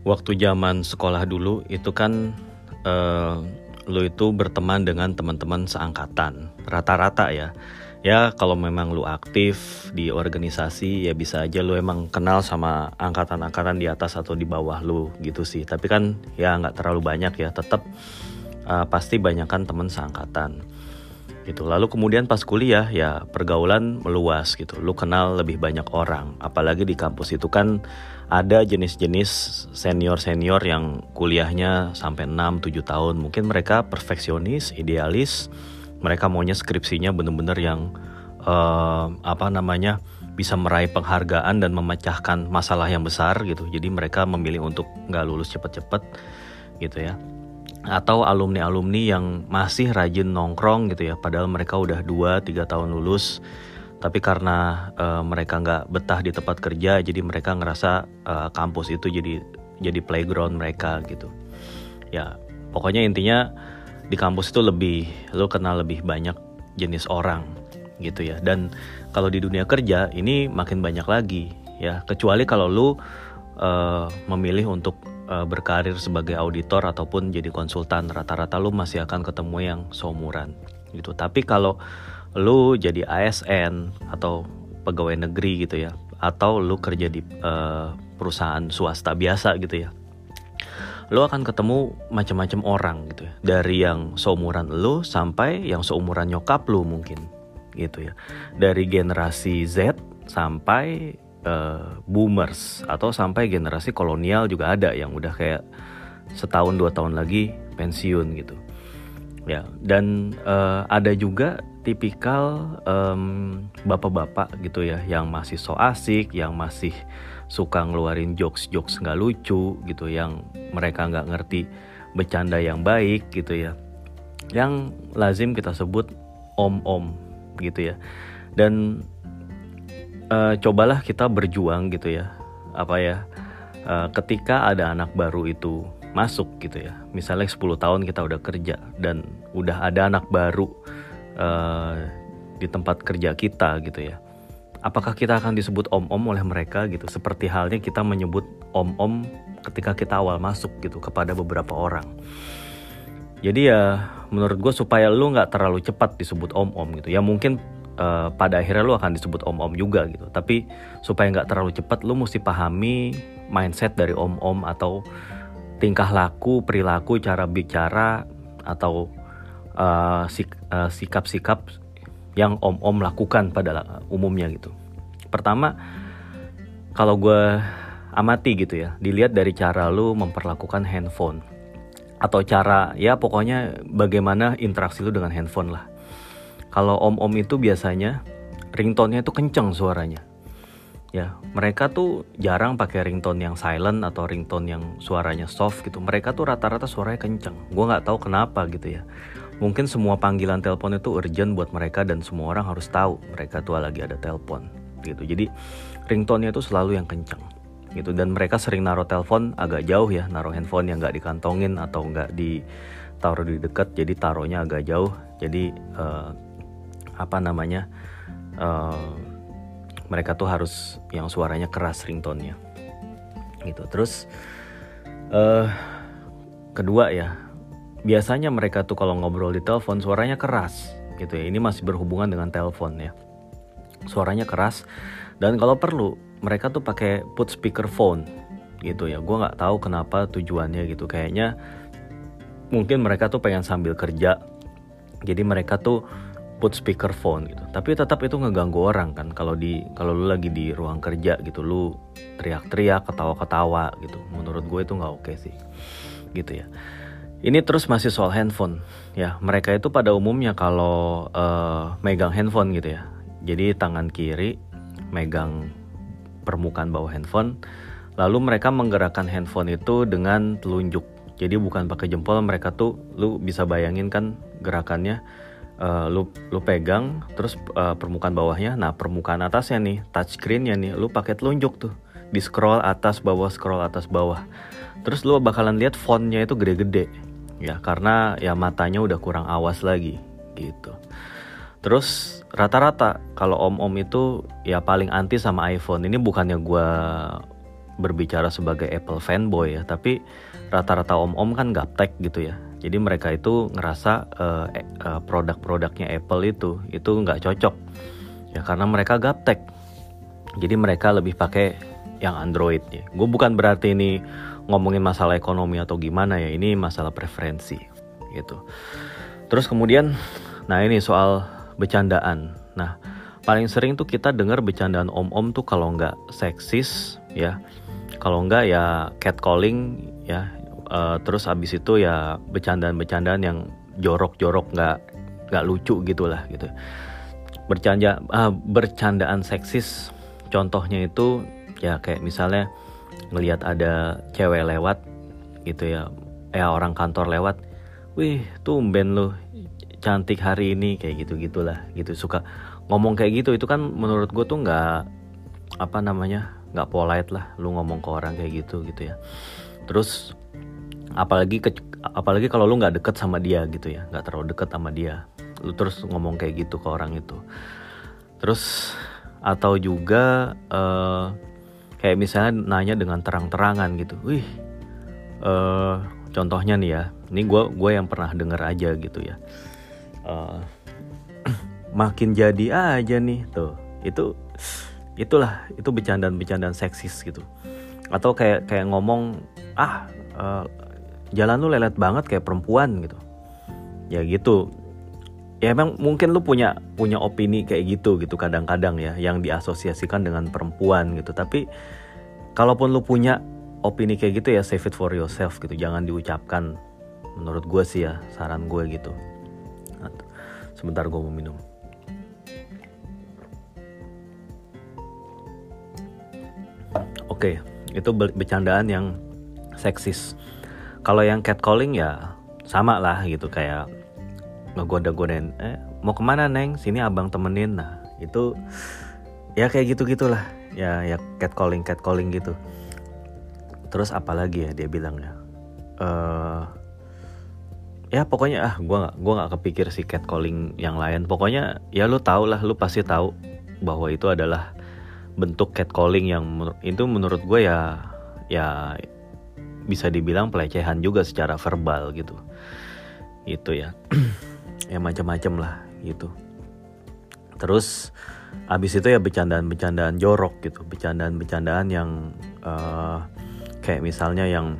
Waktu zaman sekolah dulu itu kan lu itu berteman dengan teman-teman seangkatan rata-rata ya. Ya kalau memang lu aktif di organisasi ya bisa aja lu emang kenal sama angkatan-angkatan di atas atau di bawah lu gitu sih. Tapi kan ya nggak terlalu banyak ya, tetap pasti banyakan teman seangkatan gitu. Lalu kemudian pas kuliah ya pergaulan meluas gitu. Lu kenal lebih banyak orang. Apalagi di kampus itu kan ada jenis-jenis senior-senior yang kuliahnya sampai 6-7 tahun. Mungkin mereka perfeksionis, idealis. Mereka maunya skripsinya benar-benar yang bisa meraih penghargaan dan memecahkan masalah yang besar gitu. Jadi mereka memilih untuk nggak lulus cepet-cepet gitu ya. Atau alumni-alumni yang masih rajin nongkrong gitu ya, padahal mereka udah 2-3 tahun lulus, tapi karena mereka nggak betah di tempat kerja, jadi mereka ngerasa kampus itu jadi playground mereka gitu. Ya pokoknya intinya di kampus itu lo kenal lebih banyak jenis orang gitu ya. Dan kalau di dunia kerja ini makin banyak lagi ya, kecuali kalau lo memilih untuk berkarir sebagai auditor ataupun jadi konsultan, rata-rata lu masih akan ketemu yang seumuran gitu. Tapi kalau lu jadi ASN atau pegawai negeri gitu ya, atau lu kerja di perusahaan swasta biasa gitu ya, lu akan ketemu macam-macam orang gitu ya, dari yang seumuran lu sampai yang seumuran nyokap lu mungkin gitu ya, dari generasi Z sampai boomers atau sampai generasi kolonial juga ada yang udah kayak setahun 2 tahun lagi pensiun gitu ya. Dan ada juga tipikal bapak-bapak gitu ya yang masih so asik, yang masih suka ngeluarin jokes nggak lucu gitu, yang mereka nggak ngerti bercanda yang baik gitu ya, yang lazim kita sebut om-om gitu ya. Dan cobalah kita berjuang gitu ya, ketika ada anak baru itu masuk gitu ya, misalnya 10 tahun kita udah kerja dan udah ada anak baru di tempat kerja kita gitu ya, apakah kita akan disebut om-om oleh mereka gitu, seperti halnya kita menyebut om-om ketika kita awal masuk gitu kepada beberapa orang. Jadi ya menurut gue supaya lu gak terlalu cepat disebut om-om gitu ya, mungkin pada akhirnya lu akan disebut om-om juga gitu, tapi supaya nggak terlalu cepat lu mesti pahami mindset dari om-om atau tingkah laku, perilaku, cara bicara atau sikap-sikap yang om-om lakukan pada umumnya gitu. Pertama, kalau gue amati gitu ya, dilihat dari cara lu memperlakukan handphone atau cara ya pokoknya bagaimana interaksi lu dengan handphone lah. Kalau om-om itu biasanya ringtone-nya itu kenceng suaranya. Ya, mereka tuh jarang pakai ringtone yang silent atau ringtone yang suaranya soft gitu. Mereka tuh rata-rata suaranya kenceng. Gue nggak tahu kenapa gitu ya. Mungkin semua panggilan telepon itu urgent buat mereka dan semua orang harus tahu mereka tuh lagi ada telepon gitu. Jadi ringtone-nya itu selalu yang kenceng gitu. Dan mereka sering naruh telepon agak jauh ya, naruh handphone yang nggak dikantongin atau nggak ditaruh di dekat. Jadi taruhnya agak jauh. Jadi mereka tuh harus yang suaranya keras ringtone-nya gitu. Terus kedua ya, biasanya mereka tuh kalau ngobrol di telepon suaranya keras gitu ya. Ini masih berhubungan dengan telepon ya, suaranya keras. Dan kalau perlu mereka tuh pakai put speaker phone gitu ya. Gue nggak tahu kenapa tujuannya gitu, kayaknya mungkin mereka tuh pengen sambil kerja, jadi mereka tuh put speaker phone gitu. Tapi tetap itu ngeganggu orang kan, kalau lu lagi di ruang kerja gitu, lu teriak-teriak, ketawa-ketawa gitu. Menurut gue itu nggak oke sih gitu ya. Ini terus masih soal handphone ya. Mereka itu pada umumnya kalau megang handphone gitu ya, jadi tangan kiri megang permukaan bawah handphone, lalu mereka menggerakkan handphone itu dengan telunjuk. Jadi bukan pakai jempol. Mereka tuh, lu bisa bayangin kan gerakannya, lu pegang terus permukaan bawahnya, nah permukaan atasnya nih, touchscreen-nya nih, lu pakai telunjuk tuh, di scroll atas bawah, terus lu bakalan lihat fontnya itu gede-gede ya, karena ya matanya udah kurang awas lagi gitu. Terus rata-rata kalau om-om itu ya paling anti sama iPhone. Ini bukannya gue berbicara sebagai Apple fanboy ya, tapi rata-rata om-om kan gaptek gitu ya. Jadi mereka itu ngerasa produk-produknya Apple itu nggak cocok ya, karena mereka gaptek. Jadi mereka lebih pakai yang Android ya. Gue bukan berarti ini ngomongin masalah ekonomi atau gimana ya, ini masalah preferensi gitu. Terus kemudian, nah ini soal bercandaan. Nah, paling sering tuh kita dengar bercandaan om-om tuh kalau nggak seksis ya, kalau nggak ya catcalling ya. Terus abis itu ya bercandaan-bercandaan yang jorok-jorok, nggak lucu gitulah gitu. Bercandaan seksis, contohnya itu ya kayak misalnya ngelihat ada cewek lewat gitu ya, orang kantor lewat, wih tumben lu cantik hari ini, kayak gitu-gitulah gitu. Suka ngomong kayak gitu, itu kan menurut gue tuh nggak nggak polite lah lu ngomong ke orang kayak gitu ya. Terus apalagi kalau lu nggak deket sama dia gitu ya, nggak terlalu deket sama dia, lu terus ngomong kayak gitu ke orang itu. Terus atau juga kayak misalnya nanya dengan terang-terangan gitu, wih contohnya nih ya, ini gue yang pernah denger aja gitu ya, makin jadi aja nih tuh, itu bercandaan seksis gitu. Atau kayak ngomong jalan lu lelet banget kayak perempuan gitu ya gitu ya. Emang mungkin lu punya opini kayak gitu kadang-kadang ya, yang diasosiasikan dengan perempuan gitu. Tapi kalaupun lu punya opini kayak gitu ya, save it for yourself gitu, jangan diucapkan. Menurut gue sih ya, saran gue gitu. Sebentar gue mau minum. Oke, itu bercandaan yang seksis. Kalau yang catcalling ya sama lah gitu, kayak ngegoda-godain, mau kemana neng, sini abang temenin. Nah itu ya kayak gitu-gitulah ya catcalling gitu. Terus apalagi ya dia bilang ya, ya pokoknya gua nggak kepikir sih catcalling yang lain. Pokoknya ya lu pasti tahu bahwa itu adalah bentuk catcalling yang itu menurut gue ya bisa dibilang pelecehan juga secara verbal gitu. Itu ya. Ya macam-macam lah gitu. Terus abis itu ya bercandaan jorok gitu, bercandaan yang kayak misalnya yang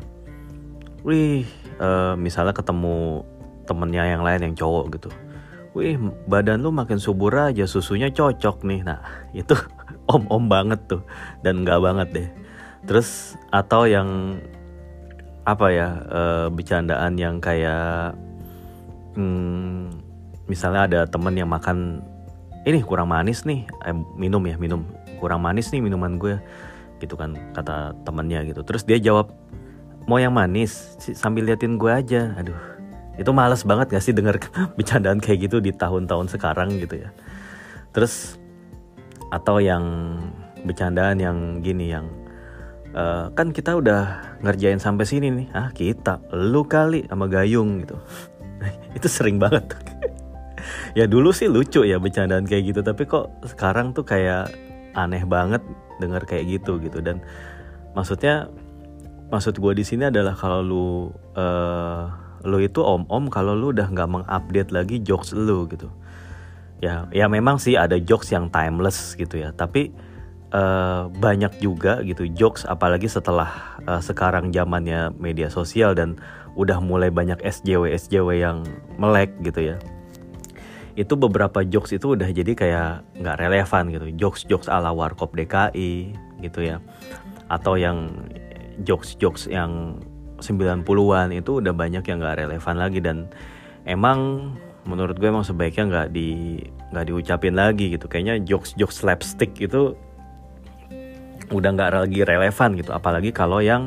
misalnya ketemu temennya yang lain yang cowok gitu, wih badan lu makin subur aja, susunya cocok nih. Nah itu om banget tuh, dan enggak banget deh. Terus atau yang bercandaan yang kayak misalnya ada temen yang makan, ini kurang manis nih, minum kurang manis nih minuman gue gitu kan, kata temennya gitu. Terus dia jawab, mau yang manis sambil liatin gue aja. Aduh, itu males banget gak sih denger bercandaan kayak gitu di tahun-tahun sekarang gitu ya. Terus atau yang bercandaan yang gini, yang kan kita udah ngerjain sampai sini nih, lu kali sama gayung gitu. Itu sering banget. Ya dulu sih lucu ya bercandaan kayak gitu, tapi kok sekarang tuh kayak aneh banget denger kayak gitu. Dan maksud gue di sini adalah kalau lu itu om kalau lu udah nggak mengupdate lagi jokes lu gitu. Ya memang sih ada jokes yang timeless gitu ya, tapi banyak juga gitu jokes, apalagi setelah sekarang zamannya media sosial dan udah mulai banyak SJW yang melek gitu ya. Itu beberapa jokes itu udah jadi kayak nggak relevan gitu, jokes ala Warkop DKI gitu ya, atau yang jokes yang 90-an itu udah banyak yang nggak relevan lagi. Dan emang menurut gue emang sebaiknya nggak diucapin lagi gitu. Kayaknya jokes slapstick itu udah nggak lagi relevan gitu, apalagi kalau yang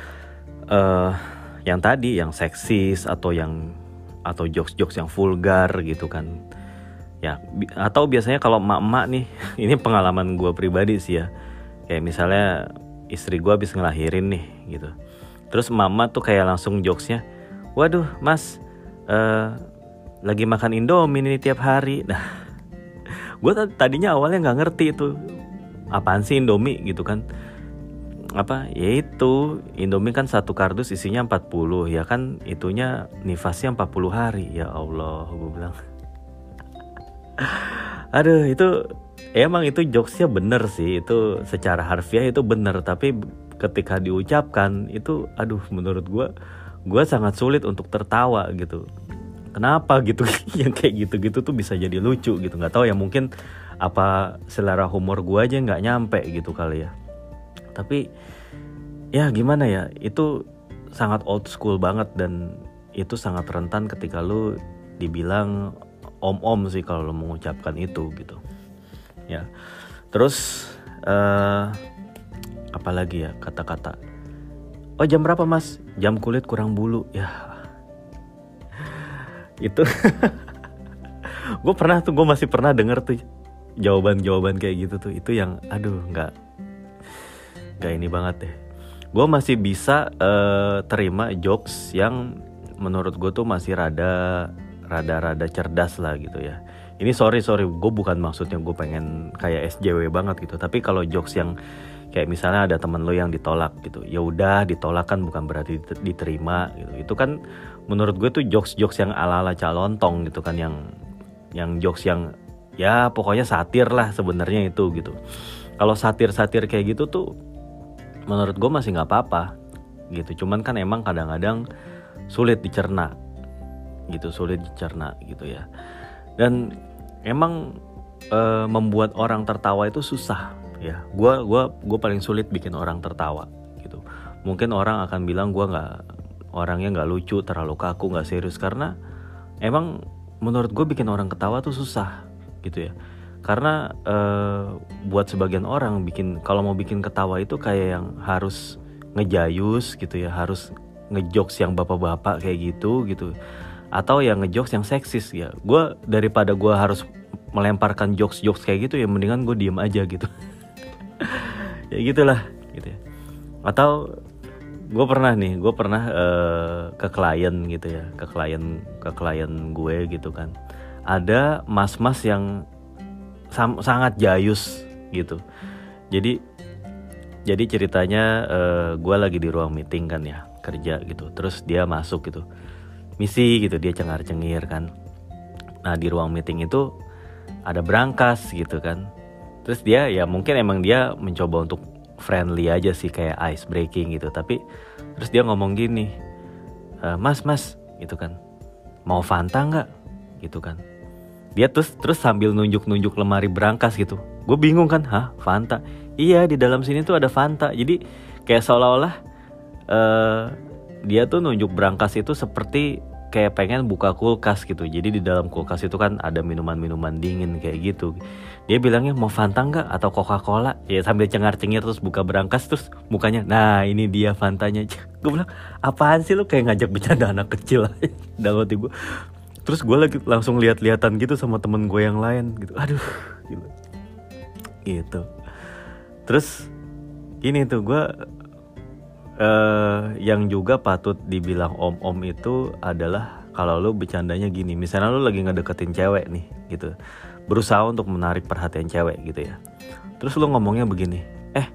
tadi yang seksis atau jokes yang vulgar gitu kan ya. Atau biasanya kalau emak-emak nih, ini pengalaman gue pribadi sih ya, kayak misalnya istri gue habis ngelahirin nih gitu, terus mama tuh kayak langsung jokesnya, waduh mas lagi makan Indomie ini tiap hari. Nah gue tadinya awalnya nggak ngerti itu apaan sih Indomie gitu kan. Ya itu Indomie kan satu kardus isinya 40, ya kan itunya nifasnya 40 hari. Ya Allah, gue bilang. Aduh, itu emang itu jokesnya bener sih, itu secara harfiah itu bener, tapi ketika diucapkan itu menurut gue sangat sulit untuk tertawa gitu. Kenapa gitu? Yang kayak gitu-gitu tuh bisa jadi lucu gitu. Nggak tahu ya, mungkin apa selera humor gue aja nggak nyampe gitu kali ya. Tapi ya gimana ya, itu sangat old school banget, dan itu sangat rentan ketika lu dibilang om-om sih kalau lu mengucapkan itu gitu ya. Terus apalagi ya kata-kata, oh jam berapa mas? Jam kulit kurang bulu ya. Itu gue masih pernah denger tuh jawaban kayak gitu tuh. Itu yang nggak ini banget deh. Gue masih bisa terima jokes yang menurut gue tuh masih rada cerdas lah gitu ya. Ini sorry gue bukan maksudnya gue pengen kayak SJW banget gitu. Tapi kalau jokes yang kayak misalnya ada temen lo yang ditolak gitu, ya udah ditolak kan bukan berarti diterima gitu. Itu kan menurut gue tuh jokes yang ala-ala calontong gitu kan, yang jokes yang ya pokoknya satir lah sebenarnya itu gitu. Kalau satir kayak gitu tuh menurut gue masih nggak apa-apa gitu. Cuman kan emang kadang-kadang sulit dicerna gitu ya. Dan emang membuat orang tertawa itu susah ya. Gue paling sulit bikin orang tertawa gitu. Mungkin orang akan bilang gue orangnya nggak lucu, terlalu kaku, nggak serius, karena emang menurut gue bikin orang ketawa tuh susah gitu ya. Karena buat sebagian orang kalau mau bikin ketawa itu kayak yang harus ngejayus gitu ya, harus ngejokes yang bapak-bapak kayak gitu, atau yang ngejokes yang seksis ya. Gue daripada gue harus melemparkan jokes kayak gitu ya, mendingan gue diem aja gitu. Ya gitulah gitu ya. Atau gue pernah ke klien gitu ya, ke klien gue gitu kan. Ada mas-mas yang sangat jayus gitu. Jadi ceritanya gue lagi di ruang meeting kan ya, kerja gitu. Terus dia masuk gitu, misi gitu, dia cengar-cengir kan. Nah di ruang meeting itu ada brankas gitu kan. Terus dia ya mungkin emang dia mencoba untuk friendly aja sih, kayak ice breaking gitu. Tapi terus dia ngomong gini, mas gitu kan, mau Fanta nggak gitu kan. Dia terus sambil nunjuk lemari brankas gitu. Gue bingung kan, Fanta? Iya, di dalam sini tuh ada Fanta. Jadi kayak seolah-olah dia tuh nunjuk brankas itu seperti kayak pengen buka kulkas gitu. Jadi di dalam kulkas itu kan ada minuman dingin kayak gitu. Dia bilangnya mau Fanta nggak atau Coca-Cola? Ya sambil cengar-cengir terus buka brankas, terus mukanya, nah ini dia Fantanya. Gue bilang, apaan sih lu, kayak ngajak bercanda anak kecil aja. Dalam hati gue. Terus gue lagi langsung lihat-lihatan gitu sama temen gue yang lain gitu. Aduh gitu. Terus gini tuh gue yang juga patut dibilang om-om itu adalah kalau lu bercandanya gini. Misalnya lu lagi ngedeketin cewek nih gitu, berusaha untuk menarik perhatian cewek gitu ya. Terus lu ngomongnya begini,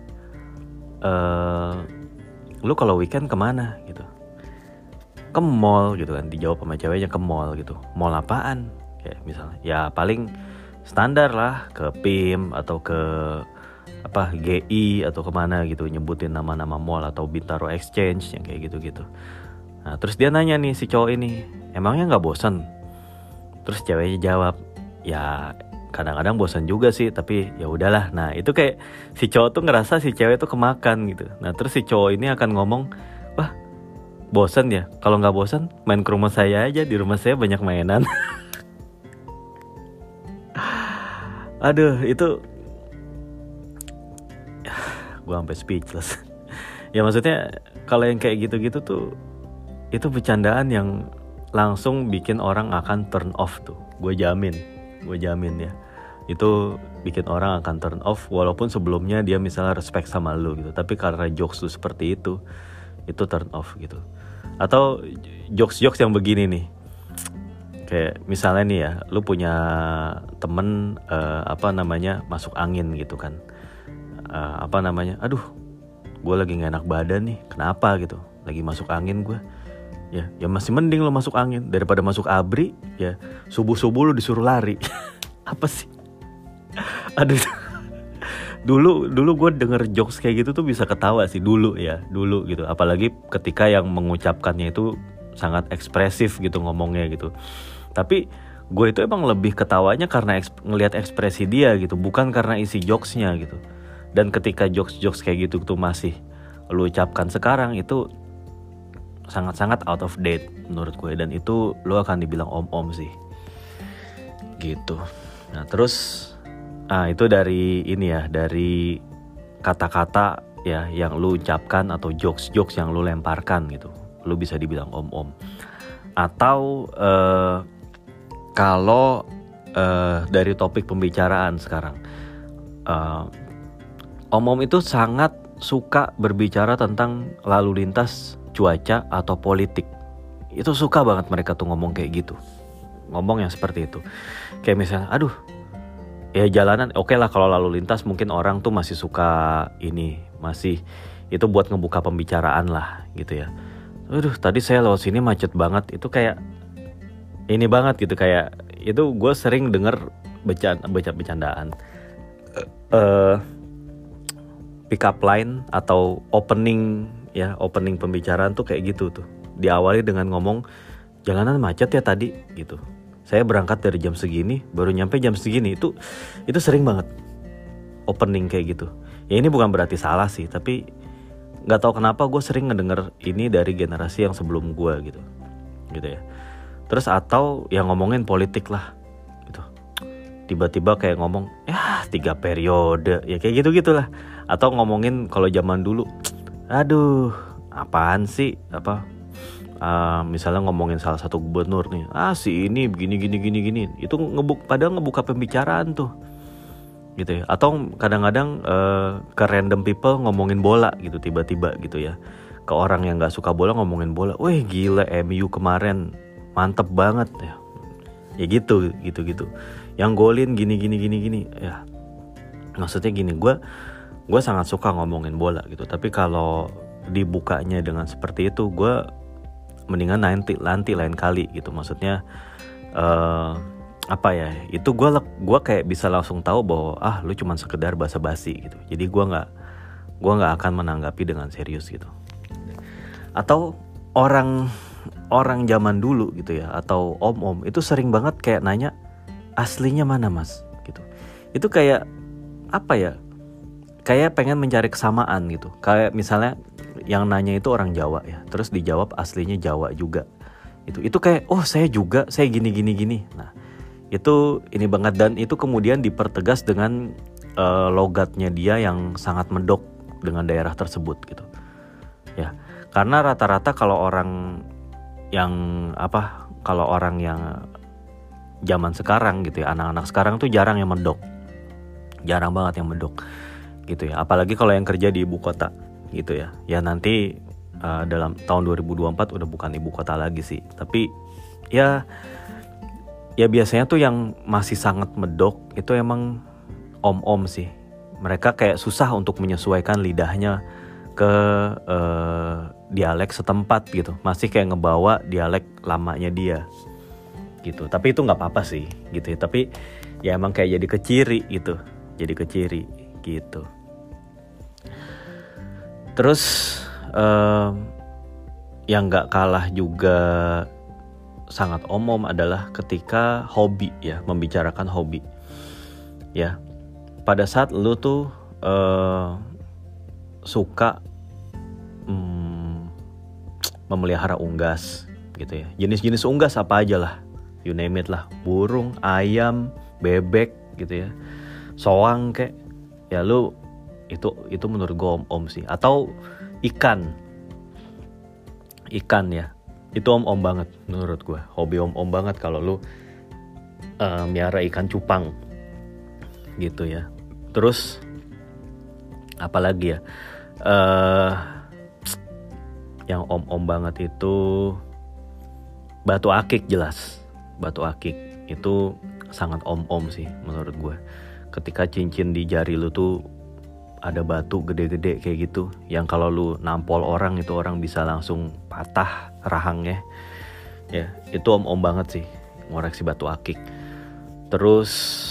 lu kalau weekend kemana gitu? Ke mall gitu kan. Dijawab sama ceweknya, ke mall gitu. Mall apaan? Kayak misalnya ya paling standar lah, ke PIM atau ke GI atau kemana gitu, nyebutin nama-nama mall atau Bintaro Exchange yang kayak gitu-gitu. Nah terus dia nanya nih si cowok ini, emangnya nggak bosan? Terus ceweknya jawab, ya kadang-kadang bosan juga sih, tapi ya udahlah. Nah itu kayak si cowok tuh ngerasa si cewek tuh kemakan gitu. Nah terus si cowok ini akan ngomong, wah bosan ya? Kalau nggak bosan main ke rumah saya aja, di rumah saya banyak mainan. Aduh itu gue sampai speechless. Ya maksudnya kalau yang kayak gitu-gitu tuh, itu bercandaan yang langsung bikin orang akan turn off tuh. Gue jamin ya. Itu bikin orang akan turn off, walaupun sebelumnya dia misalnya respect sama lu gitu. Tapi karena jokes lu seperti itu turn off gitu. Atau jokes yang begini nih, kayak misalnya nih ya, lu punya temen masuk angin gitu kan, aduh gue lagi gak enak badan nih, kenapa gitu, lagi masuk angin gue, ya masih mending lo masuk angin daripada masuk ABRI, ya subuh-subuh lo disuruh lari. Apa sih? Aduh. Dulu gue denger jokes kayak gitu tuh bisa ketawa sih dulu gitu. Apalagi ketika yang mengucapkannya itu sangat ekspresif gitu ngomongnya gitu. Tapi gue itu emang lebih ketawanya karena ngelihat ekspresi dia gitu, bukan karena isi jokesnya gitu. Dan ketika jokes kayak gitu tuh masih lu ucapkan sekarang, itu sangat-sangat out of date menurut gue, dan itu lu akan dibilang om-om sih gitu. Nah terus itu dari ini ya, dari kata-kata ya yang lu ucapkan atau jokes yang lu lemparkan gitu, lu bisa dibilang om-om. Atau kalau dari topik pembicaraan sekarang, om-om itu sangat suka berbicara tentang lalu lintas, cuaca, atau politik. Itu suka banget mereka tuh ngomong kayak gitu, ngomong yang seperti itu. Kayak misalnya, aduh ya jalanan oke lah, kalau lalu lintas mungkin orang tuh masih suka ini, masih itu buat ngebuka pembicaraan lah gitu ya. Aduh tadi saya lewat sini macet banget, itu kayak ini banget gitu, kayak itu gue sering denger bercandaan pick up line atau opening pembicaraan tuh kayak gitu tuh, diawali dengan ngomong jalanan macet ya tadi gitu. Saya berangkat dari jam segini, baru nyampe jam segini. Itu sering banget opening kayak gitu. Ya ini bukan berarti salah sih, tapi nggak tahu kenapa gue sering ngedenger ini dari generasi yang sebelum gue gitu ya. Terus atau yang ngomongin politik lah gitu. Tiba-tiba kayak ngomong 3 periode, ya kayak gitu-gitulah. Atau ngomongin kalau zaman dulu, aduh apaan sih, misalnya ngomongin salah satu gubernur nih, si ini begini, itu padahal ngebuka pembicaraan tuh gitu ya. Atau kadang-kadang ke random people ngomongin bola gitu tiba-tiba gitu ya, ke orang yang nggak suka bola ngomongin bola, weh gila MU kemarin mantep banget ya gitu, yang golin gini ya. Maksudnya gini, gue sangat suka ngomongin bola gitu, tapi kalau dibukanya dengan seperti itu, gue mendingan nanti lain kali gitu. Maksudnya itu gue kayak bisa langsung tahu bahwa lu cuma sekedar basa-basi gitu. Jadi gue nggak akan menanggapi dengan serius gitu. Atau orang zaman dulu gitu ya, atau om-om itu sering banget kayak nanya, aslinya mana mas gitu. Itu kayak kayak pengen mencari kesamaan gitu. Kayak misalnya yang nanya itu orang Jawa ya, terus dijawab aslinya Jawa juga. Itu kayak saya juga, saya gini. Nah, itu ini banget, dan itu kemudian dipertegas dengan logatnya dia yang sangat medok dengan daerah tersebut gitu. Ya, karena rata-rata kalau orang yang zaman sekarang gitu ya, anak-anak sekarang tuh jarang yang medok. Jarang banget yang medok gitu ya. Apalagi kalau yang kerja di ibu kota gitu ya. Ya nanti dalam tahun 2024 udah bukan ibu kota lagi sih. Tapi ya biasanya tuh yang masih sangat medok itu emang om-om sih. Mereka kayak susah untuk menyesuaikan lidahnya ke dialek setempat gitu. Masih kayak ngebawa dialek lamanya dia gitu. Tapi itu nggak apa-apa sih gitu ya. Tapi ya emang kayak jadi keciri gitu. Jadi keciri gitu. Terus yang gak kalah juga sangat om-om adalah ketika hobi ya, membicarakan hobi ya. Pada saat lu tuh suka memelihara unggas gitu ya, jenis-jenis unggas apa aja lah, you name it lah, burung, ayam, bebek gitu ya, soang kayak ya, lu itu menurut gue om-om sih. Atau ikan ya, itu om-om banget menurut gue, hobi om-om banget kalau lu miara ikan cupang gitu ya. Terus apalagi ya, yang om-om banget itu batu akik. Jelas batu akik itu sangat om-om sih menurut gue. Ketika cincin di jari lu tuh ada batu gede-gede kayak gitu yang kalau lu nampol orang itu orang bisa langsung patah rahangnya. Ya, itu om-om banget sih ngoreksi batu akik. Terus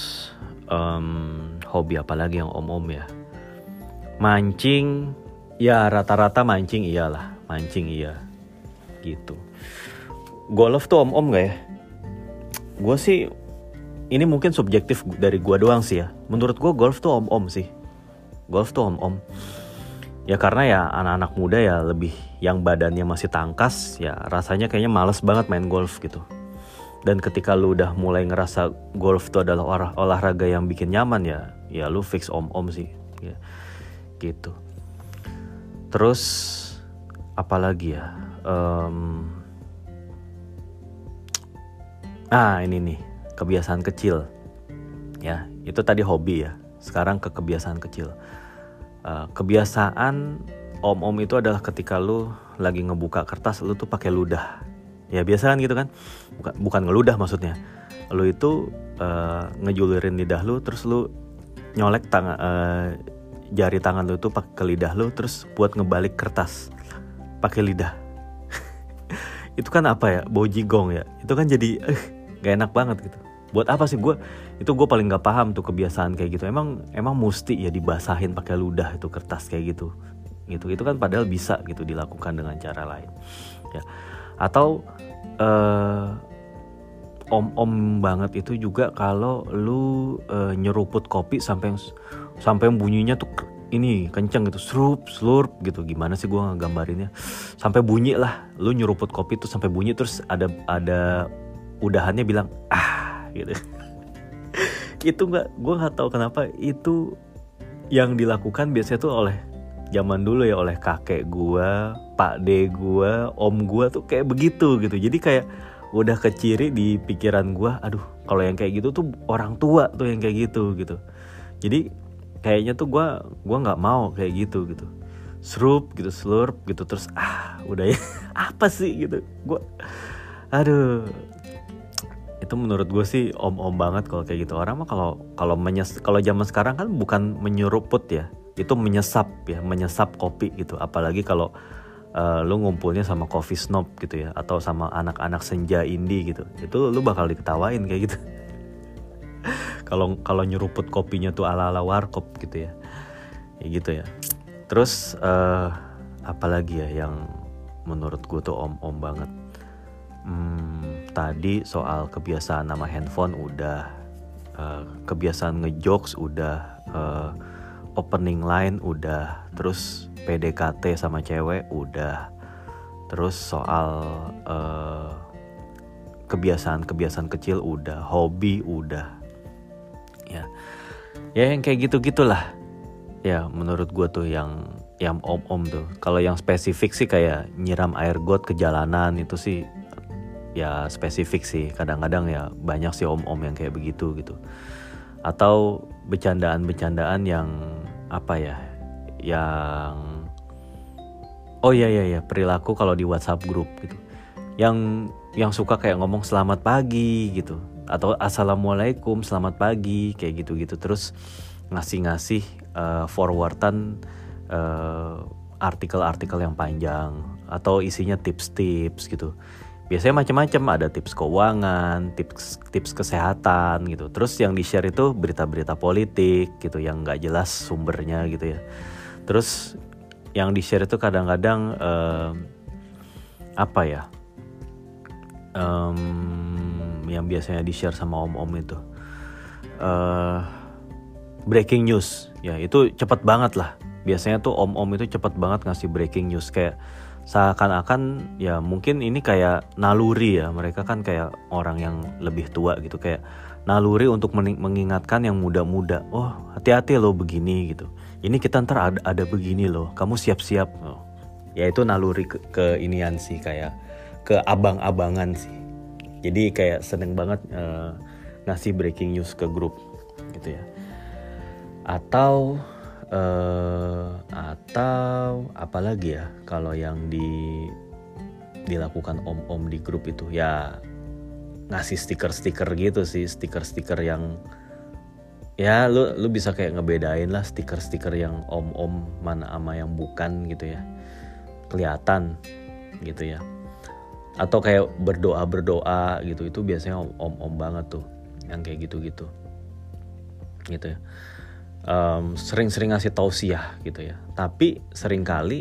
hobi apa lagi yang om-om ya? Mancing, ya rata-rata mancing iyalah, mancing iya gitu. Golf tuh om-om gak ya? Gue sih, ini mungkin subjektif dari gue doang sih ya. Menurut gue golf tuh om-om sih. Golf tuh om-om. Ya karena ya anak-anak muda ya lebih yang badannya masih tangkas, ya rasanya kayaknya males banget main golf gitu. Dan ketika lu udah mulai ngerasa golf itu adalah olahraga yang bikin nyaman ya lu fix om-om sih. Ya, gitu. Terus apalagi ya? Ini nih kebiasaan kecil. Ya itu tadi hobi ya. Sekarang ke kebiasaan kecil. Kebiasaan om-om itu adalah ketika lu lagi ngebuka kertas lu tuh pakai ludah. Ya biasa kan gitu kan. Bukan ngeludah maksudnya. Lu itu ngejulirin lidah lu terus lu nyolek jari tangan lu tuh pakai ke lidah lu terus buat ngebalik kertas pakai lidah. Itu kan apa ya? Bau jigong ya. Itu kan jadi gak enak banget gitu. Buat apa sih gue paling gak paham tuh kebiasaan kayak gitu. Emang mesti ya dibasahin pakai ludah itu kertas kayak gitu. Itu kan padahal bisa gitu dilakukan dengan cara lain. Ya. Atau om-om banget itu juga kalau lu nyeruput kopi sampai bunyinya tuh ini kenceng gitu, slurp gitu. Gimana sih gue ngegambarinnya? Sampai bunyi lah. Lu nyeruput kopi tuh sampai bunyi terus ada udahannya bilang gitu. Itu gue nggak tahu kenapa itu yang dilakukan biasanya tuh oleh zaman dulu ya, oleh kakek gue, pak de gue, om gue tuh kayak begitu gitu. Jadi kayak udah keciri di pikiran gue, aduh kalau yang kayak gitu tuh orang tua tuh yang kayak gitu. Jadi kayaknya tuh gue nggak mau kayak gitu. Slurp gitu terus udah ya apa sih gitu. Itu menurut gue sih om-om banget kalau kayak gitu. Orang mah kalau zaman sekarang kan bukan menyeruput ya, itu menyesap kopi gitu. Apalagi kalau lu ngumpulnya sama coffee snob gitu ya, atau sama anak-anak senja indie gitu, itu lu bakal diketawain kayak gitu. Kalau nyeruput kopinya tuh ala-ala warkop gitu ya, kayak gitu ya. Terus apalagi ya yang menurut gue tuh om-om banget. Tadi soal kebiasaan nama handphone udah, kebiasaan ngejokes udah, opening line udah, terus PDKT sama cewek udah, terus soal kebiasaan kecil udah, hobi udah, ya yang kayak gitu-gitulah. Ya menurut gue tuh yang om-om tuh. Kalau yang spesifik sih kayak nyiram air got ke jalanan itu sih ya spesifik sih. Kadang-kadang ya banyak sih om-om yang kayak begitu gitu. Atau bercandaan-bercandaan yang apa ya, yang perilaku kalau di WhatsApp grup gitu. Yang suka kayak ngomong selamat pagi gitu, atau assalamualaikum selamat pagi kayak gitu-gitu. Terus ngasih forwardan artikel-artikel yang panjang atau isinya tips-tips gitu. Biasanya macam-macam, ada tips keuangan, tips kesehatan gitu. Terus yang di-share itu berita-berita politik gitu yang nggak jelas sumbernya gitu ya. Terus yang di-share itu kadang-kadang yang biasanya di-share sama om-om itu breaking news. Ya itu cepet banget lah. Biasanya tuh om-om itu cepet banget ngasih breaking news, kayak seakan-akan ya mungkin ini kayak naluri ya, mereka kan kayak orang yang lebih tua gitu, kayak naluri untuk mengingatkan yang muda-muda, oh hati-hati loh begini gitu, ini kita ntar ada begini loh, kamu siap-siap. Ya itu naluri ke inian sih, kayak ke abang-abangan sih. Jadi kayak seneng banget ngasih breaking news ke grup gitu ya. Atau apa lagi ya kalau yang dilakukan om-om di grup itu, ya ngasih stiker-stiker gitu sih, stiker-stiker yang ya lu bisa kayak ngebedain lah stiker-stiker yang om-om mana ama yang bukan gitu ya, kelihatan gitu ya. Atau kayak berdoa gitu, itu biasanya om-om banget tuh yang kayak gitu-gitu gitu ya. Sering-sering ngasih tausiah gitu ya, tapi seringkali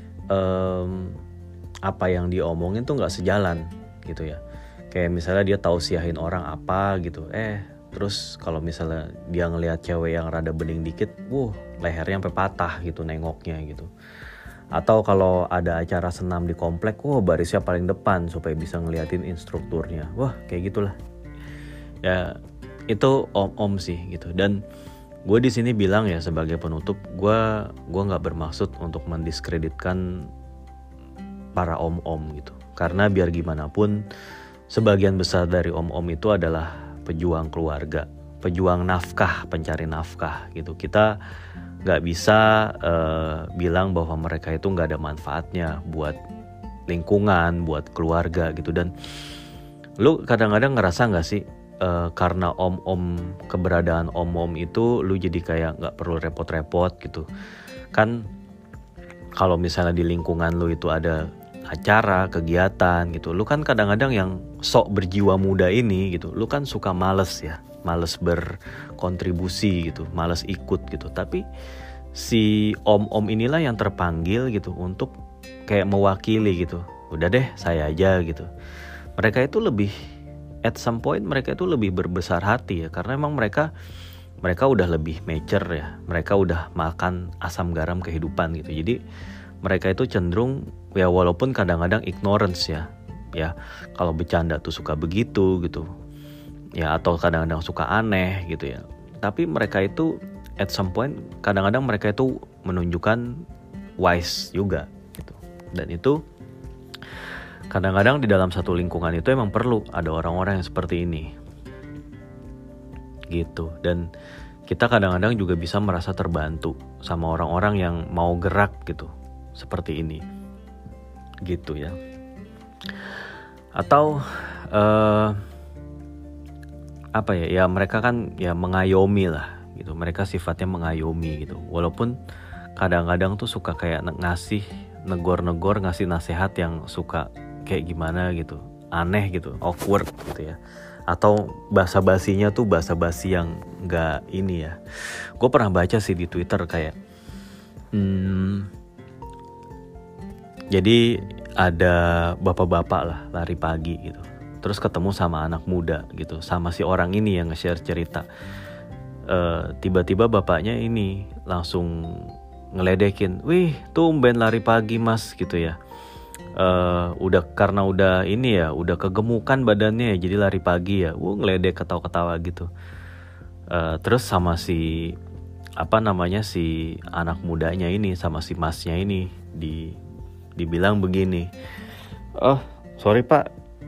apa yang diomongin tuh nggak sejalan gitu ya. Kayak misalnya dia tausiahin orang apa gitu, terus kalau misalnya dia ngelihat cewek yang rada bening dikit, lehernya sampai patah gitu nengoknya gitu. Atau kalau ada acara senam di komplek, barisnya paling depan supaya bisa ngeliatin instrukturnya. Wah, kayak gitulah. Ya, itu om-om sih gitu. Dan gue di sini bilang ya sebagai penutup, gue nggak bermaksud untuk mendiskreditkan para om-om gitu. Karena biar gimana pun, sebagian besar dari om-om itu adalah pejuang keluarga, pejuang nafkah, pencari nafkah gitu. Kita nggak bisa bilang bahwa mereka itu nggak ada manfaatnya buat lingkungan, buat keluarga gitu. Dan lu kadang-kadang ngerasa nggak sih karena om-om, keberadaan om-om itu lu jadi kayak nggak perlu repot-repot gitu kan. Kalau misalnya di lingkungan lu itu ada acara, kegiatan gitu, lu kan kadang-kadang yang sok berjiwa muda ini gitu, lu kan suka males berkontribusi gitu, males ikut gitu. Tapi si om-om inilah yang terpanggil gitu untuk kayak mewakili gitu. Udah deh, saya aja gitu. Mereka itu lebih, at some point mereka itu lebih berbesar hati ya, karena emang mereka udah lebih mature ya. Mereka udah makan asam garam kehidupan gitu. Jadi mereka itu cenderung ya, walaupun kadang-kadang ignorance ya, kalau bercanda tuh suka begitu gitu ya, atau kadang-kadang suka aneh gitu ya. Tapi mereka itu at some point kadang-kadang mereka itu menunjukkan wise juga gitu. Dan itu kadang-kadang di dalam satu lingkungan itu emang perlu ada orang-orang yang seperti ini gitu. Dan kita kadang-kadang juga bisa merasa terbantu sama orang-orang yang mau gerak gitu seperti ini gitu ya. Atau apa ya, mereka kan ya mengayomi lah gitu. Mereka sifatnya mengayomi gitu. Walaupun kadang-kadang tuh suka kayak ngasih negor-negor, ngasih nasihat yang suka kayak gimana gitu, aneh gitu, awkward gitu ya. Atau basa-basinya tuh basa-basi yang gak ini ya. Gue pernah baca sih di Twitter kayak jadi ada bapak-bapak lah lari pagi gitu, terus ketemu sama anak muda gitu, sama si orang ini yang nge-share cerita. Tiba-tiba bapaknya ini langsung ngeledekin, "Wih, tumben lari pagi mas," gitu ya. Karena udah ini ya, udah kegemukan badannya ya, jadi lari pagi ya. Ngeledek, ketawa-ketawa gitu. Terus sama si si anak mudanya ini, sama si masnya ini dibilang begini, "Oh, sorry pak,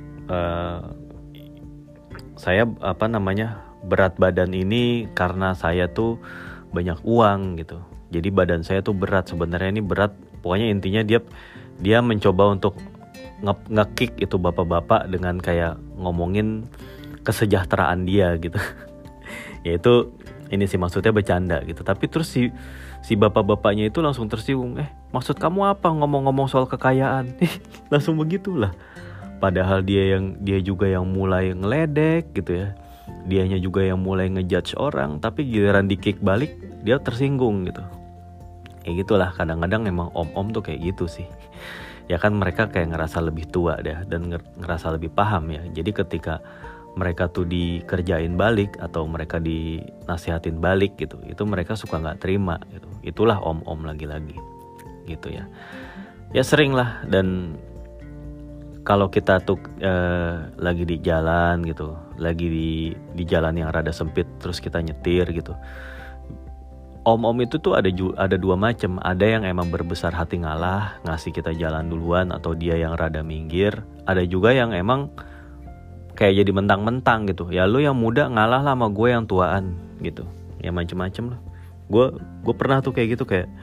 saya berat badan ini karena saya tuh banyak uang gitu. Jadi badan saya tuh berat, sebenarnya ini berat." Pokoknya intinya dia mencoba untuk nge-kick itu bapak-bapak dengan kayak ngomongin kesejahteraan dia gitu. Ya itu ini sih maksudnya bercanda gitu. Tapi terus si bapak-bapaknya itu langsung tersinggung. Maksud kamu apa ngomong-ngomong soal kekayaan? Langsung begitulah. Padahal dia juga yang mulai ngeledek gitu ya. Dianya juga yang mulai ngejudge orang, tapi giliran di-kick balik dia tersinggung gitu. Ya gitulah, kadang-kadang emang om-om tuh kayak gitu sih. Ya kan mereka kayak ngerasa lebih tua dah dan ngerasa lebih paham ya. Jadi ketika mereka tuh dikerjain balik atau mereka dinasihatin balik gitu, itu mereka suka nggak terima gitu. Itulah om-om lagi-lagi gitu ya. Ya sering lah. Dan kalau kita tuh lagi di jalan gitu, lagi di jalan yang rada sempit, terus kita nyetir gitu, om-om itu tuh ada dua macam. Ada yang emang berbesar hati ngalah, ngasih kita jalan duluan, atau dia yang rada minggir. Ada juga yang emang kayak jadi mentang-mentang gitu. Ya lu yang muda ngalah lah sama gue yang tuaan gitu. Ya macem-macem lah. Gue pernah tuh kayak gitu, kayak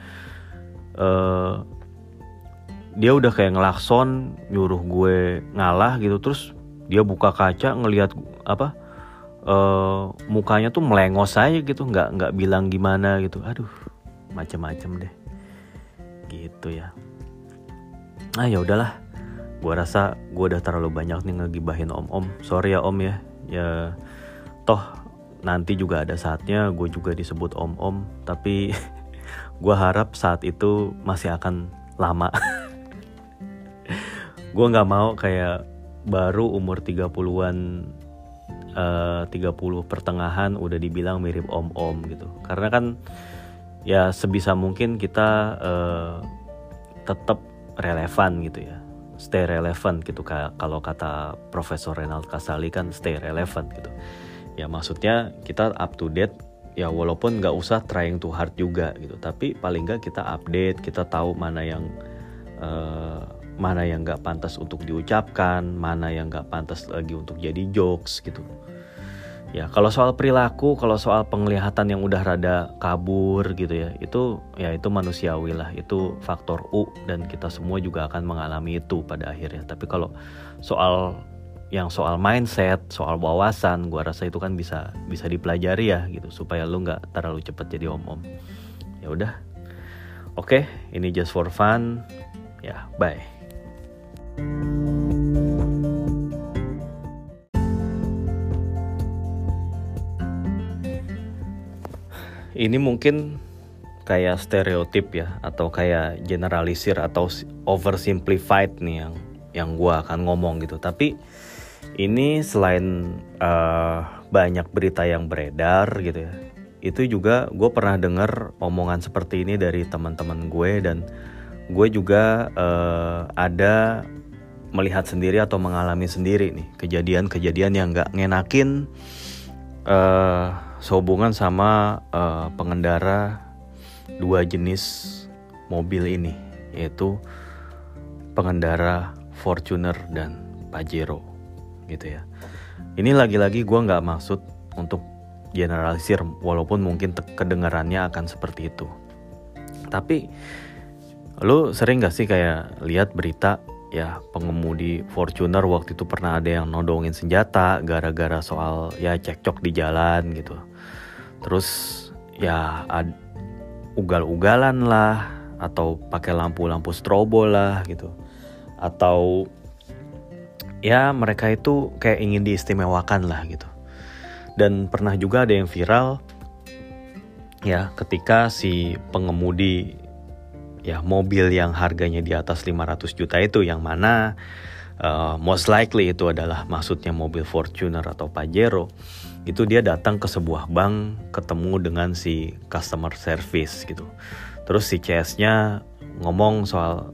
dia udah kayak ngelakson nyuruh gue ngalah gitu, terus dia buka kaca ngelihat mukanya tuh melengos aja gitu, nggak bilang gimana gitu. Aduh, macem-macem deh gitu ya. Ya udahlah, gue rasa gue udah terlalu banyak nih ngegibahin om. Sorry ya om ya. Ya toh nanti juga ada saatnya gue juga disebut om. Tapi gue harap saat itu masih akan lama. Gue gak mau kayak baru umur 30-an 30 pertengahan udah dibilang mirip om gitu. Karena kan ya sebisa mungkin kita tetap relevan gitu ya. Stay relevant gitu, kalau kata Profesor Renald Kasali kan stay relevant gitu. Ya maksudnya kita up to date ya, walaupun gak usah trying too hard juga gitu, tapi paling gak kita update, kita tahu mana yang gak pantas untuk diucapkan, mana yang gak pantas lagi untuk jadi jokes gitu. Ya kalau soal perilaku, kalau soal penglihatan yang udah rada kabur gitu ya, itu manusiawi lah, itu faktor U dan kita semua juga akan mengalami itu pada akhirnya. Tapi kalau soal mindset, soal wawasan, gua rasa itu kan bisa dipelajari ya gitu, supaya lu nggak terlalu cepat jadi om. Ya udah, oke, ini just for fun, ya bye. Ini mungkin kayak stereotip ya, atau kayak generalisir atau oversimplified nih yang gue akan ngomong gitu. Tapi ini selain banyak berita yang beredar gitu ya, itu juga gue pernah dengar omongan seperti ini dari teman-teman gue, dan gue juga ada melihat sendiri atau mengalami sendiri nih kejadian-kejadian yang gak ngenakin sehubungan sama pengendara dua jenis mobil ini, yaitu pengendara Fortuner dan Pajero gitu ya. Ini lagi-lagi gue gak maksud untuk generalisir, walaupun mungkin kedengarannya akan seperti itu. Tapi lu sering gak sih kayak lihat berita ya, pengemudi Fortuner waktu itu pernah ada yang nodongin senjata gara-gara soal ya cekcok di jalan gitu. Terus ya ugal-ugalan lah, atau pakai lampu-lampu strobo lah gitu. Atau ya mereka itu kayak ingin diistimewakan lah gitu. Dan pernah juga ada yang viral ya, ketika si pengemudi ya mobil yang harganya di atas 500 juta itu, yang mana most likely itu adalah maksudnya mobil Fortuner atau Pajero, itu dia datang ke sebuah bank, ketemu dengan si customer service gitu. Terus si CS-nya ngomong soal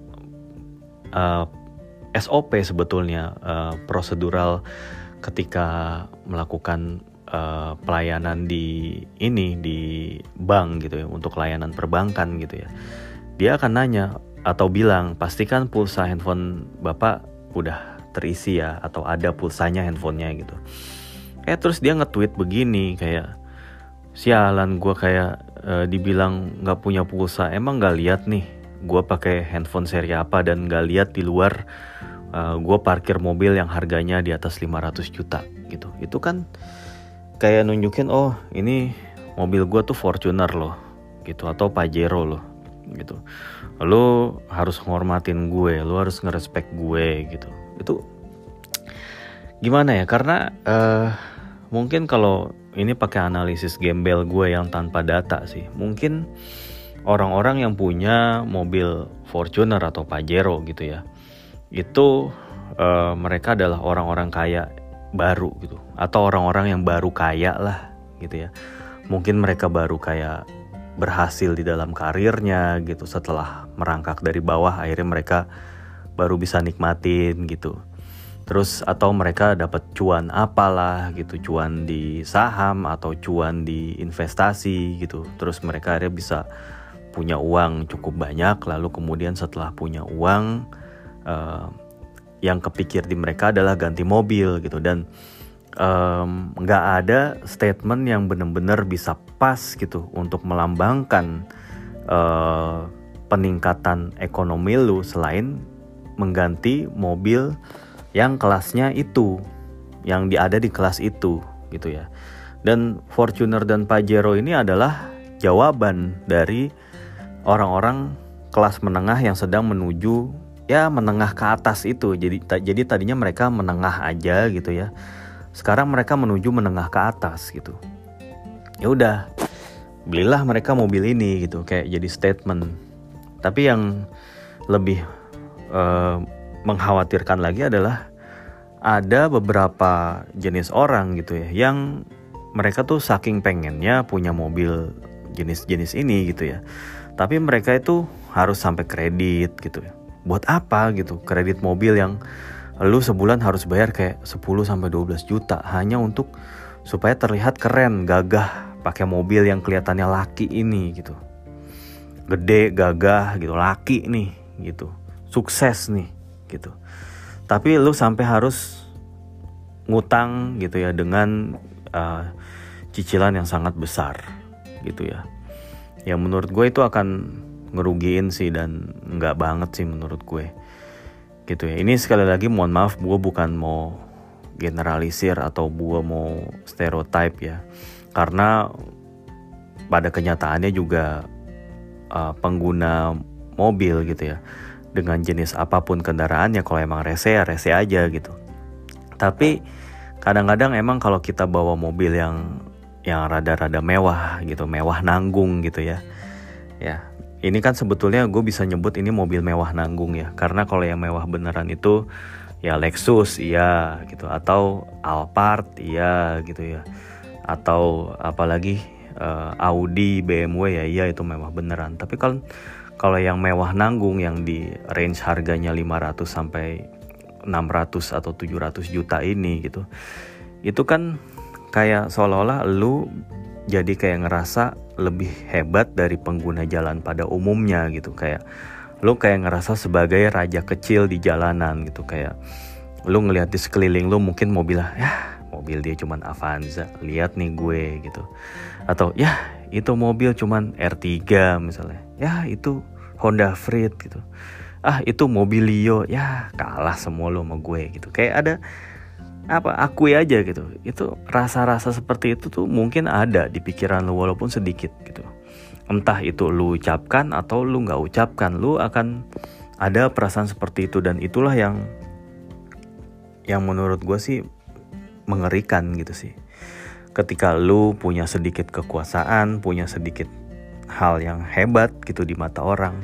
SOP sebetulnya, prosedural ketika melakukan pelayanan di bank gitu ya, untuk layanan perbankan gitu ya. Dia akan nanya atau bilang, pastikan pulsa handphone Bapak udah terisi ya, atau ada pulsanya handphonenya gitu. Terus dia nge-tweet begini kayak, sialan gue kayak dibilang gak punya pulsa, emang gak lihat nih gue pakai handphone seri apa, dan gak lihat di luar gue parkir mobil yang harganya di atas 500 juta gitu. Itu kan kayak nunjukin, oh ini mobil gue tuh Fortuner loh gitu, atau Pajero loh gitu. Lo harus nghormatin gue, lo harus ngerespek gue gitu. Itu gimana ya, karena mungkin kalau ini pakai analisis gembel gue yang tanpa data sih, mungkin orang-orang yang punya mobil Fortuner atau Pajero gitu ya, itu mereka adalah orang-orang kaya baru gitu, atau orang-orang yang baru kaya lah gitu ya. Mungkin mereka baru kayak berhasil di dalam karirnya gitu, setelah merangkak dari bawah akhirnya mereka baru bisa nikmatin gitu. Terus atau mereka dapat cuan apalah gitu, cuan di saham atau cuan di investasi gitu. Terus mereka akhirnya bisa punya uang cukup banyak, lalu kemudian setelah punya uang yang kepikir di mereka adalah ganti mobil gitu. Dan gak ada statement yang benar-benar bisa pas gitu untuk melambangkan peningkatan ekonomi lu selain mengganti mobil yang kelasnya itu, yang ada di kelas itu gitu ya. Dan Fortuner dan Pajero ini adalah jawaban dari orang-orang kelas menengah yang sedang menuju ya menengah ke atas itu. Jadi tadinya mereka menengah aja gitu ya. Sekarang mereka menuju menengah ke atas gitu. Ya udah, belilah mereka mobil ini gitu, kayak jadi statement. Tapi yang lebih mengkhawatirkan lagi adalah ada beberapa jenis orang gitu ya, yang mereka tuh saking pengennya punya mobil jenis-jenis ini gitu ya, tapi mereka itu harus sampai kredit gitu ya. Buat apa gitu kredit mobil yang lu sebulan harus bayar kayak 10-12 juta hanya untuk supaya terlihat keren, gagah, pakai mobil yang kelihatannya laki ini gitu. Gede, gagah gitu, laki nih gitu. Sukses nih gitu. Tapi lu sampai harus ngutang gitu ya dengan cicilan yang sangat besar gitu ya. Ya menurut gue itu akan ngerugiin sih, dan nggak banget sih menurut gue gitu ya. Ini sekali lagi mohon maaf, gue bukan mau generalisir atau gue mau stereotype ya, karena pada kenyataannya juga pengguna mobil gitu ya, dengan jenis apapun kendaraannya, kalau emang rese ya rese aja gitu. Tapi kadang-kadang emang kalau kita bawa mobil yang rada-rada mewah gitu, mewah nanggung gitu ya. Ya, ini kan sebetulnya gue bisa nyebut ini mobil mewah nanggung ya, karena kalau yang mewah beneran itu ya Lexus iya gitu, atau Alphard iya gitu ya, atau apalagi Audi, BMW ya iya itu mewah beneran. Tapi kalau yang mewah nanggung yang di range harganya 500 sampai 600 atau 700 juta ini gitu, itu kan kayak seolah-olah lu jadi kayak ngerasa lebih hebat dari pengguna jalan pada umumnya gitu. Kayak lu kayak ngerasa sebagai raja kecil di jalanan gitu. Kayak lu ngelihat di sekeliling lu mungkin mobilnya, ya mobil dia cuman Avanza, lihat nih gue gitu. Atau ya itu mobil cuman R3 misalnya, ya itu Honda Freed gitu. Ah itu Mobilio, ya kalah semua lo sama gue gitu. Kayak ada akui aja gitu. Itu rasa-rasa seperti itu tuh mungkin ada di pikiran lu walaupun sedikit gitu. Entah itu lu ucapkan atau lu gak ucapkan, lu akan ada perasaan seperti itu. Dan itulah yang menurut gue sih mengerikan gitu sih. Ketika lu punya sedikit kekuasaan, punya sedikit hal yang hebat gitu di mata orang,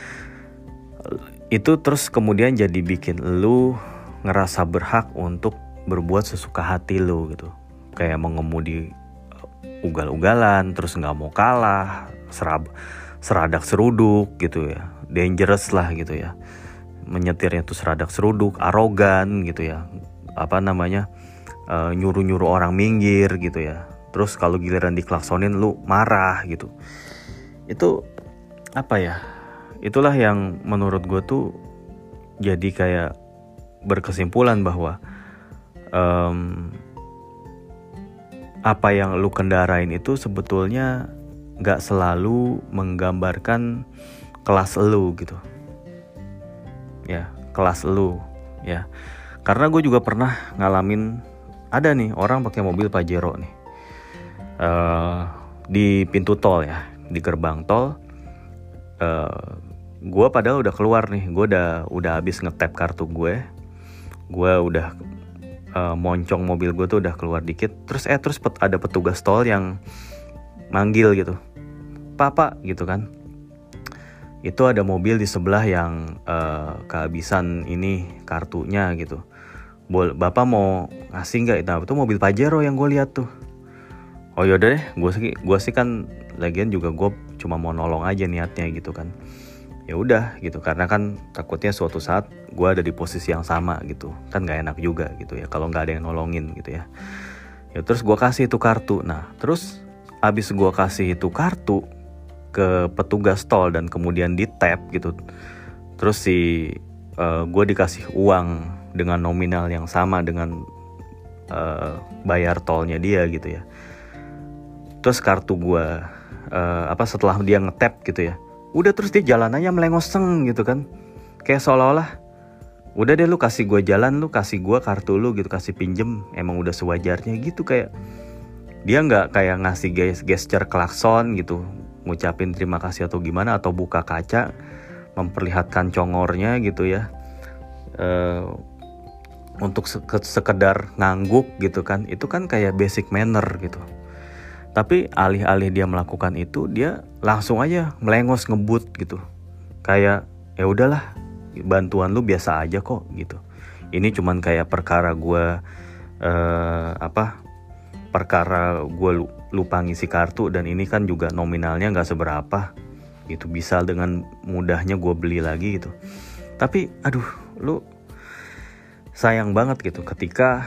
itu terus kemudian jadi bikin lu ngerasa berhak untuk berbuat sesuka hati lu gitu. Kayak mengemudi ugal-ugalan, terus gak mau kalah, seradak seruduk gitu ya, dangerous lah gitu ya. Menyetirnya tuh seradak seruduk, arogan gitu ya, nyuruh-nyuruh orang minggir gitu ya. Terus kalau giliran diklaksonin lu marah gitu. Itu itulah yang menurut gue tuh jadi kayak berkesimpulan bahwa apa yang lu kendarain itu sebetulnya gak selalu menggambarkan kelas lu gitu ya, kelas lu ya. Karena gue juga pernah ngalamin, ada nih orang pakai mobil Pajero nih di pintu tol ya, di gerbang tol. Gue padahal udah keluar nih, gue udah habis ngetap kartu gue udah moncong mobil gue tuh udah keluar dikit, terus ada petugas tol yang manggil gitu, Pak gitu kan. Itu ada mobil di sebelah yang kehabisan ini kartunya gitu. Bapak mau ngasih nggak? Nah, itu mobil Pajero yang gue lihat tuh. Oh yaudah deh, gue sih kan lagian juga gue cuma mau nolong aja niatnya gitu kan. Ya udah gitu, karena kan takutnya suatu saat gue ada di posisi yang sama gitu, kan nggak enak juga gitu ya kalau nggak ada yang nolongin gitu ya. Ya terus gue kasih itu kartu. Nah terus abis gue kasih itu kartu ke petugas tol dan kemudian di tap gitu, terus gue dikasih uang dengan nominal yang sama dengan bayar tolnya dia gitu ya. Terus kartu gue setelah dia ngetap gitu ya, udah terus dia jalanannya melengoseng gitu kan, kayak seolah-olah udah deh lu kasih gue jalan, lu kasih gue kartu lu gitu, kasih pinjem, emang udah sewajarnya gitu. Kayak dia nggak kayak ngasih gesture klakson gitu, ngucapin terima kasih atau gimana, atau buka kaca memperlihatkan congornya gitu ya, untuk sekedar ngangguk gitu kan. Itu kan kayak basic manner gitu. Tapi alih-alih dia melakukan itu, dia langsung aja melengos, ngebut gitu. Kayak ya udahlah, bantuan lu biasa aja kok gitu. Ini cuman kayak perkara gue perkara gue lupa ngisi kartu, dan ini kan juga nominalnya nggak seberapa gitu, bisa dengan mudahnya gue beli lagi gitu. Tapi aduh, lu sayang banget gitu ketika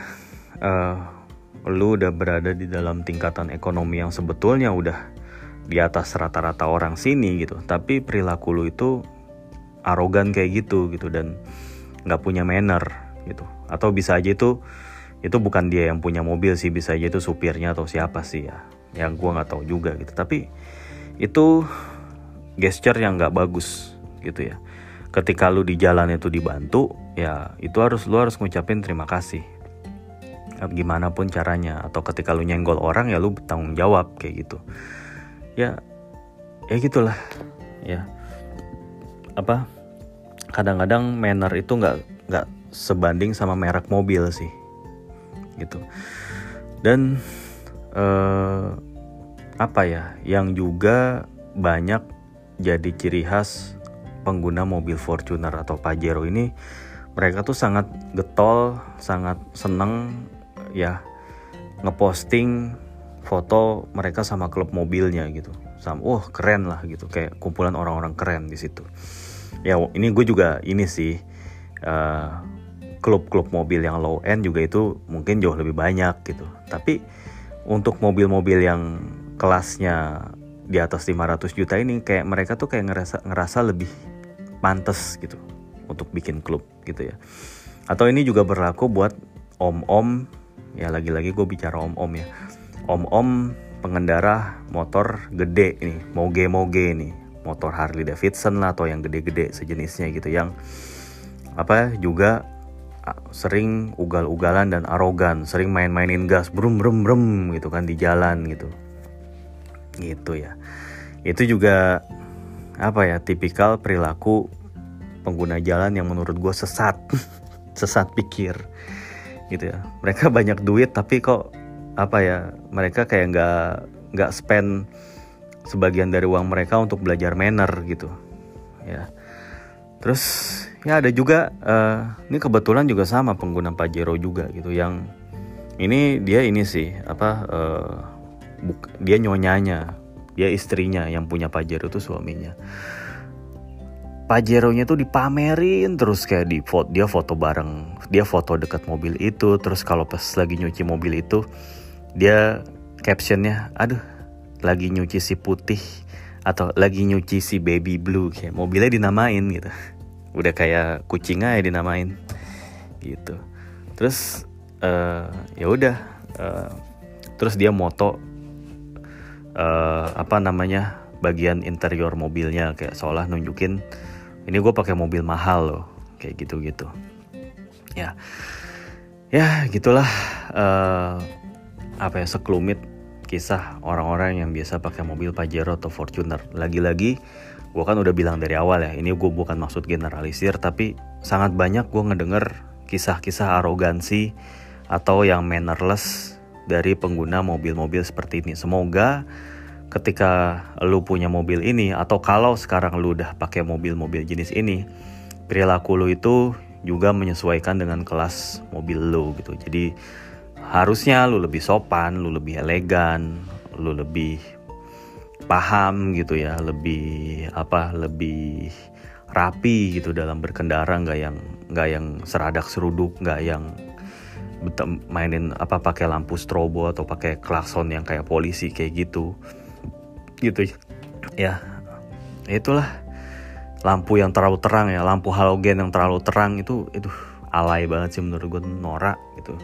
lu udah berada di dalam tingkatan ekonomi yang sebetulnya udah di atas rata-rata orang sini gitu, tapi perilaku lu itu arogan kayak gitu dan nggak punya manner gitu. Atau bisa aja itu bukan dia yang punya mobil sih, bisa aja itu supirnya atau siapa sih ya, yang gua nggak tahu juga gitu. Tapi itu gesture yang nggak bagus gitu ya. Ketika lu di jalan itu dibantu, ya itu lu harus ngucapin terima kasih gimana pun caranya. Atau ketika lu nyenggol orang, ya lu bertanggung jawab kayak gitu ya gitulah ya. Kadang-kadang manner itu nggak sebanding sama merek mobil sih gitu. Dan yang juga banyak jadi ciri khas pengguna mobil Fortuner atau Pajero ini, mereka tuh sangat getol, sangat seneng ya ngeposting foto mereka sama klub mobilnya gitu. Keren lah gitu, kayak kumpulan orang-orang keren di situ. Ya ini gue juga ini sih, klub-klub mobil yang low end juga itu mungkin jauh lebih banyak gitu. Tapi untuk mobil-mobil yang kelasnya di atas 500 juta ini, kayak mereka tuh kayak ngerasa lebih pantas gitu untuk bikin klub gitu ya. Atau ini juga berlaku buat om-om, ya lagi-lagi gue bicara om-om ya. Om-om pengendara motor gede ini, moge-moge nih, motor Harley Davidson lah atau yang gede-gede sejenisnya gitu, yang juga sering ugal-ugalan dan arogan, sering main-mainin gas brum brum brum gitu kan di jalan gitu ya. Itu juga tipikal perilaku pengguna jalan yang menurut gue sesat pikir gitu ya. Mereka banyak duit tapi kok mereka kayak nggak spend sebagian dari uang mereka untuk belajar manner gitu ya. Terus ya ada juga ini kebetulan juga sama pengguna Pajero juga gitu, yang ini dia dia nyonyanya, dia istrinya yang punya Pajero tuh suaminya. Pajeronya tuh dipamerin terus, kayak dia foto bareng, dia foto dekat mobil itu. Terus kalau pas lagi nyuci mobil itu, dia captionnya, aduh lagi nyuci si putih atau lagi nyuci si baby blue, kayak mobilnya dinamain gitu. Udah kayak kucing aja dinamain gitu. Terus terus dia moto bagian interior mobilnya, kayak seolah nunjukin ini gue pakai mobil mahal loh, kayak gitu ya gitulah. Sekelumit kisah orang-orang yang biasa pakai mobil Pajero atau Fortuner. Lagi-lagi gue kan udah bilang dari awal ya, ini gue bukan maksud generalisir, tapi sangat banyak gue ngedenger kisah-kisah arogansi atau yang mannerless dari pengguna mobil-mobil seperti ini. Semoga ketika lu punya mobil ini, atau kalau sekarang lu udah pakai mobil-mobil jenis ini, perilaku lu itu juga menyesuaikan dengan kelas mobil lu gitu. Jadi harusnya lu lebih sopan, lu lebih elegan, lu lebih paham gitu ya, lebih rapi gitu dalam berkendara, nggak yang seradak seruduk, nggak yang mainin pakai lampu strobo atau pakai klakson yang kayak polisi kayak gitu ya. Itulah, lampu yang terlalu terang ya, lampu halogen yang terlalu terang itu alay banget sih menurut gue, norak gitu.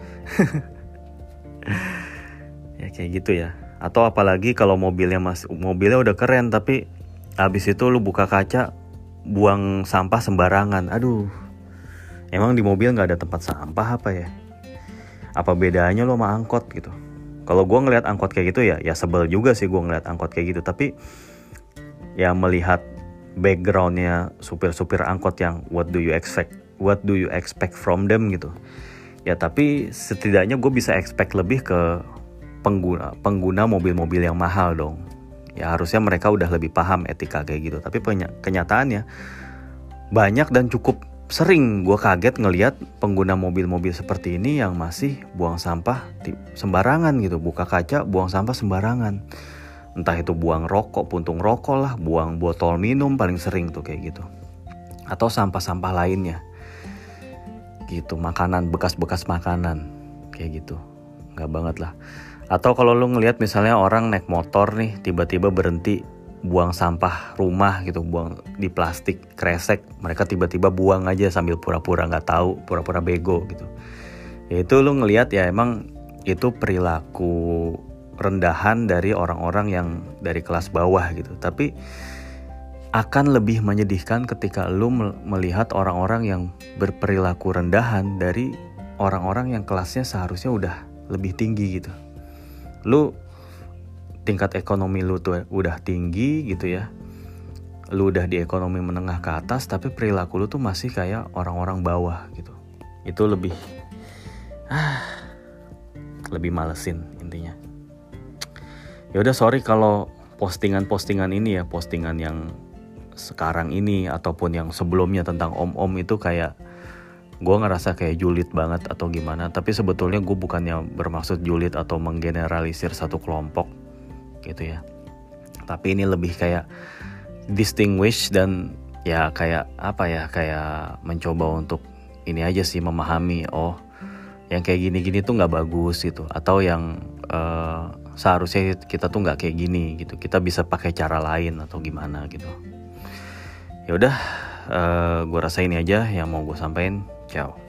Ya kayak gitu ya. Atau apalagi kalau mobilnya udah keren, tapi habis itu lu buka kaca buang sampah sembarangan. Aduh, Emang di mobil nggak ada tempat sampah apa ya? Apa bedanya lo sama angkot gitu? Kalau gue ngeliat angkot kayak gitu ya sebel juga sih gue ngeliat angkot kayak gitu. Tapi ya melihat backgroundnya supir-supir angkot yang what do you expect from them gitu. Ya tapi setidaknya gue bisa expect lebih ke pengguna mobil-mobil yang mahal dong. Ya harusnya mereka udah lebih paham etika kayak gitu. Tapi kenyataannya banyak dan cukup sering gue kaget ngelihat pengguna mobil-mobil seperti ini yang masih buang sampah sembarangan gitu. Buka kaca buang sampah sembarangan. Entah itu buang rokok, puntung rokok lah, buang botol minum paling sering tuh kayak gitu. Atau sampah-sampah lainnya. Gitu, makanan, bekas-bekas makanan kayak gitu. Nggak banget lah. Atau kalau lu ngelihat misalnya orang naik motor nih tiba-tiba berhenti buang sampah rumah gitu, buang di plastik kresek, mereka tiba-tiba buang aja sambil pura-pura nggak tahu, pura-pura bego gitu. Ya itu lu ngelihat ya emang itu perilaku rendahan dari orang-orang yang dari kelas bawah gitu. Tapi akan lebih menyedihkan ketika lu melihat orang-orang yang berperilaku rendahan dari orang-orang yang kelasnya seharusnya udah lebih tinggi gitu. Lu tingkat ekonomi lu tuh udah tinggi gitu ya, lu udah di ekonomi menengah ke atas, tapi perilaku lu tuh masih kayak orang-orang bawah gitu. Itu lebih malesin intinya. Ya udah, sorry kalau postingan ini ya, postingan yang sekarang ini ataupun yang sebelumnya tentang om-om itu kayak gue ngerasa kayak julid banget atau gimana. Tapi sebetulnya gue bukannya bermaksud julid atau menggeneralisir satu kelompok gitu ya. Tapi ini lebih kayak distinguish dan ya kayak apa ya, kayak mencoba untuk ini aja sih, memahami oh yang kayak gini-gini tuh nggak bagus gitu, atau yang seharusnya kita tuh nggak kayak gini gitu, kita bisa pakai cara lain atau gimana gitu. Ya udah, gue rasa ini aja yang mau gue sampaikan. Ciao.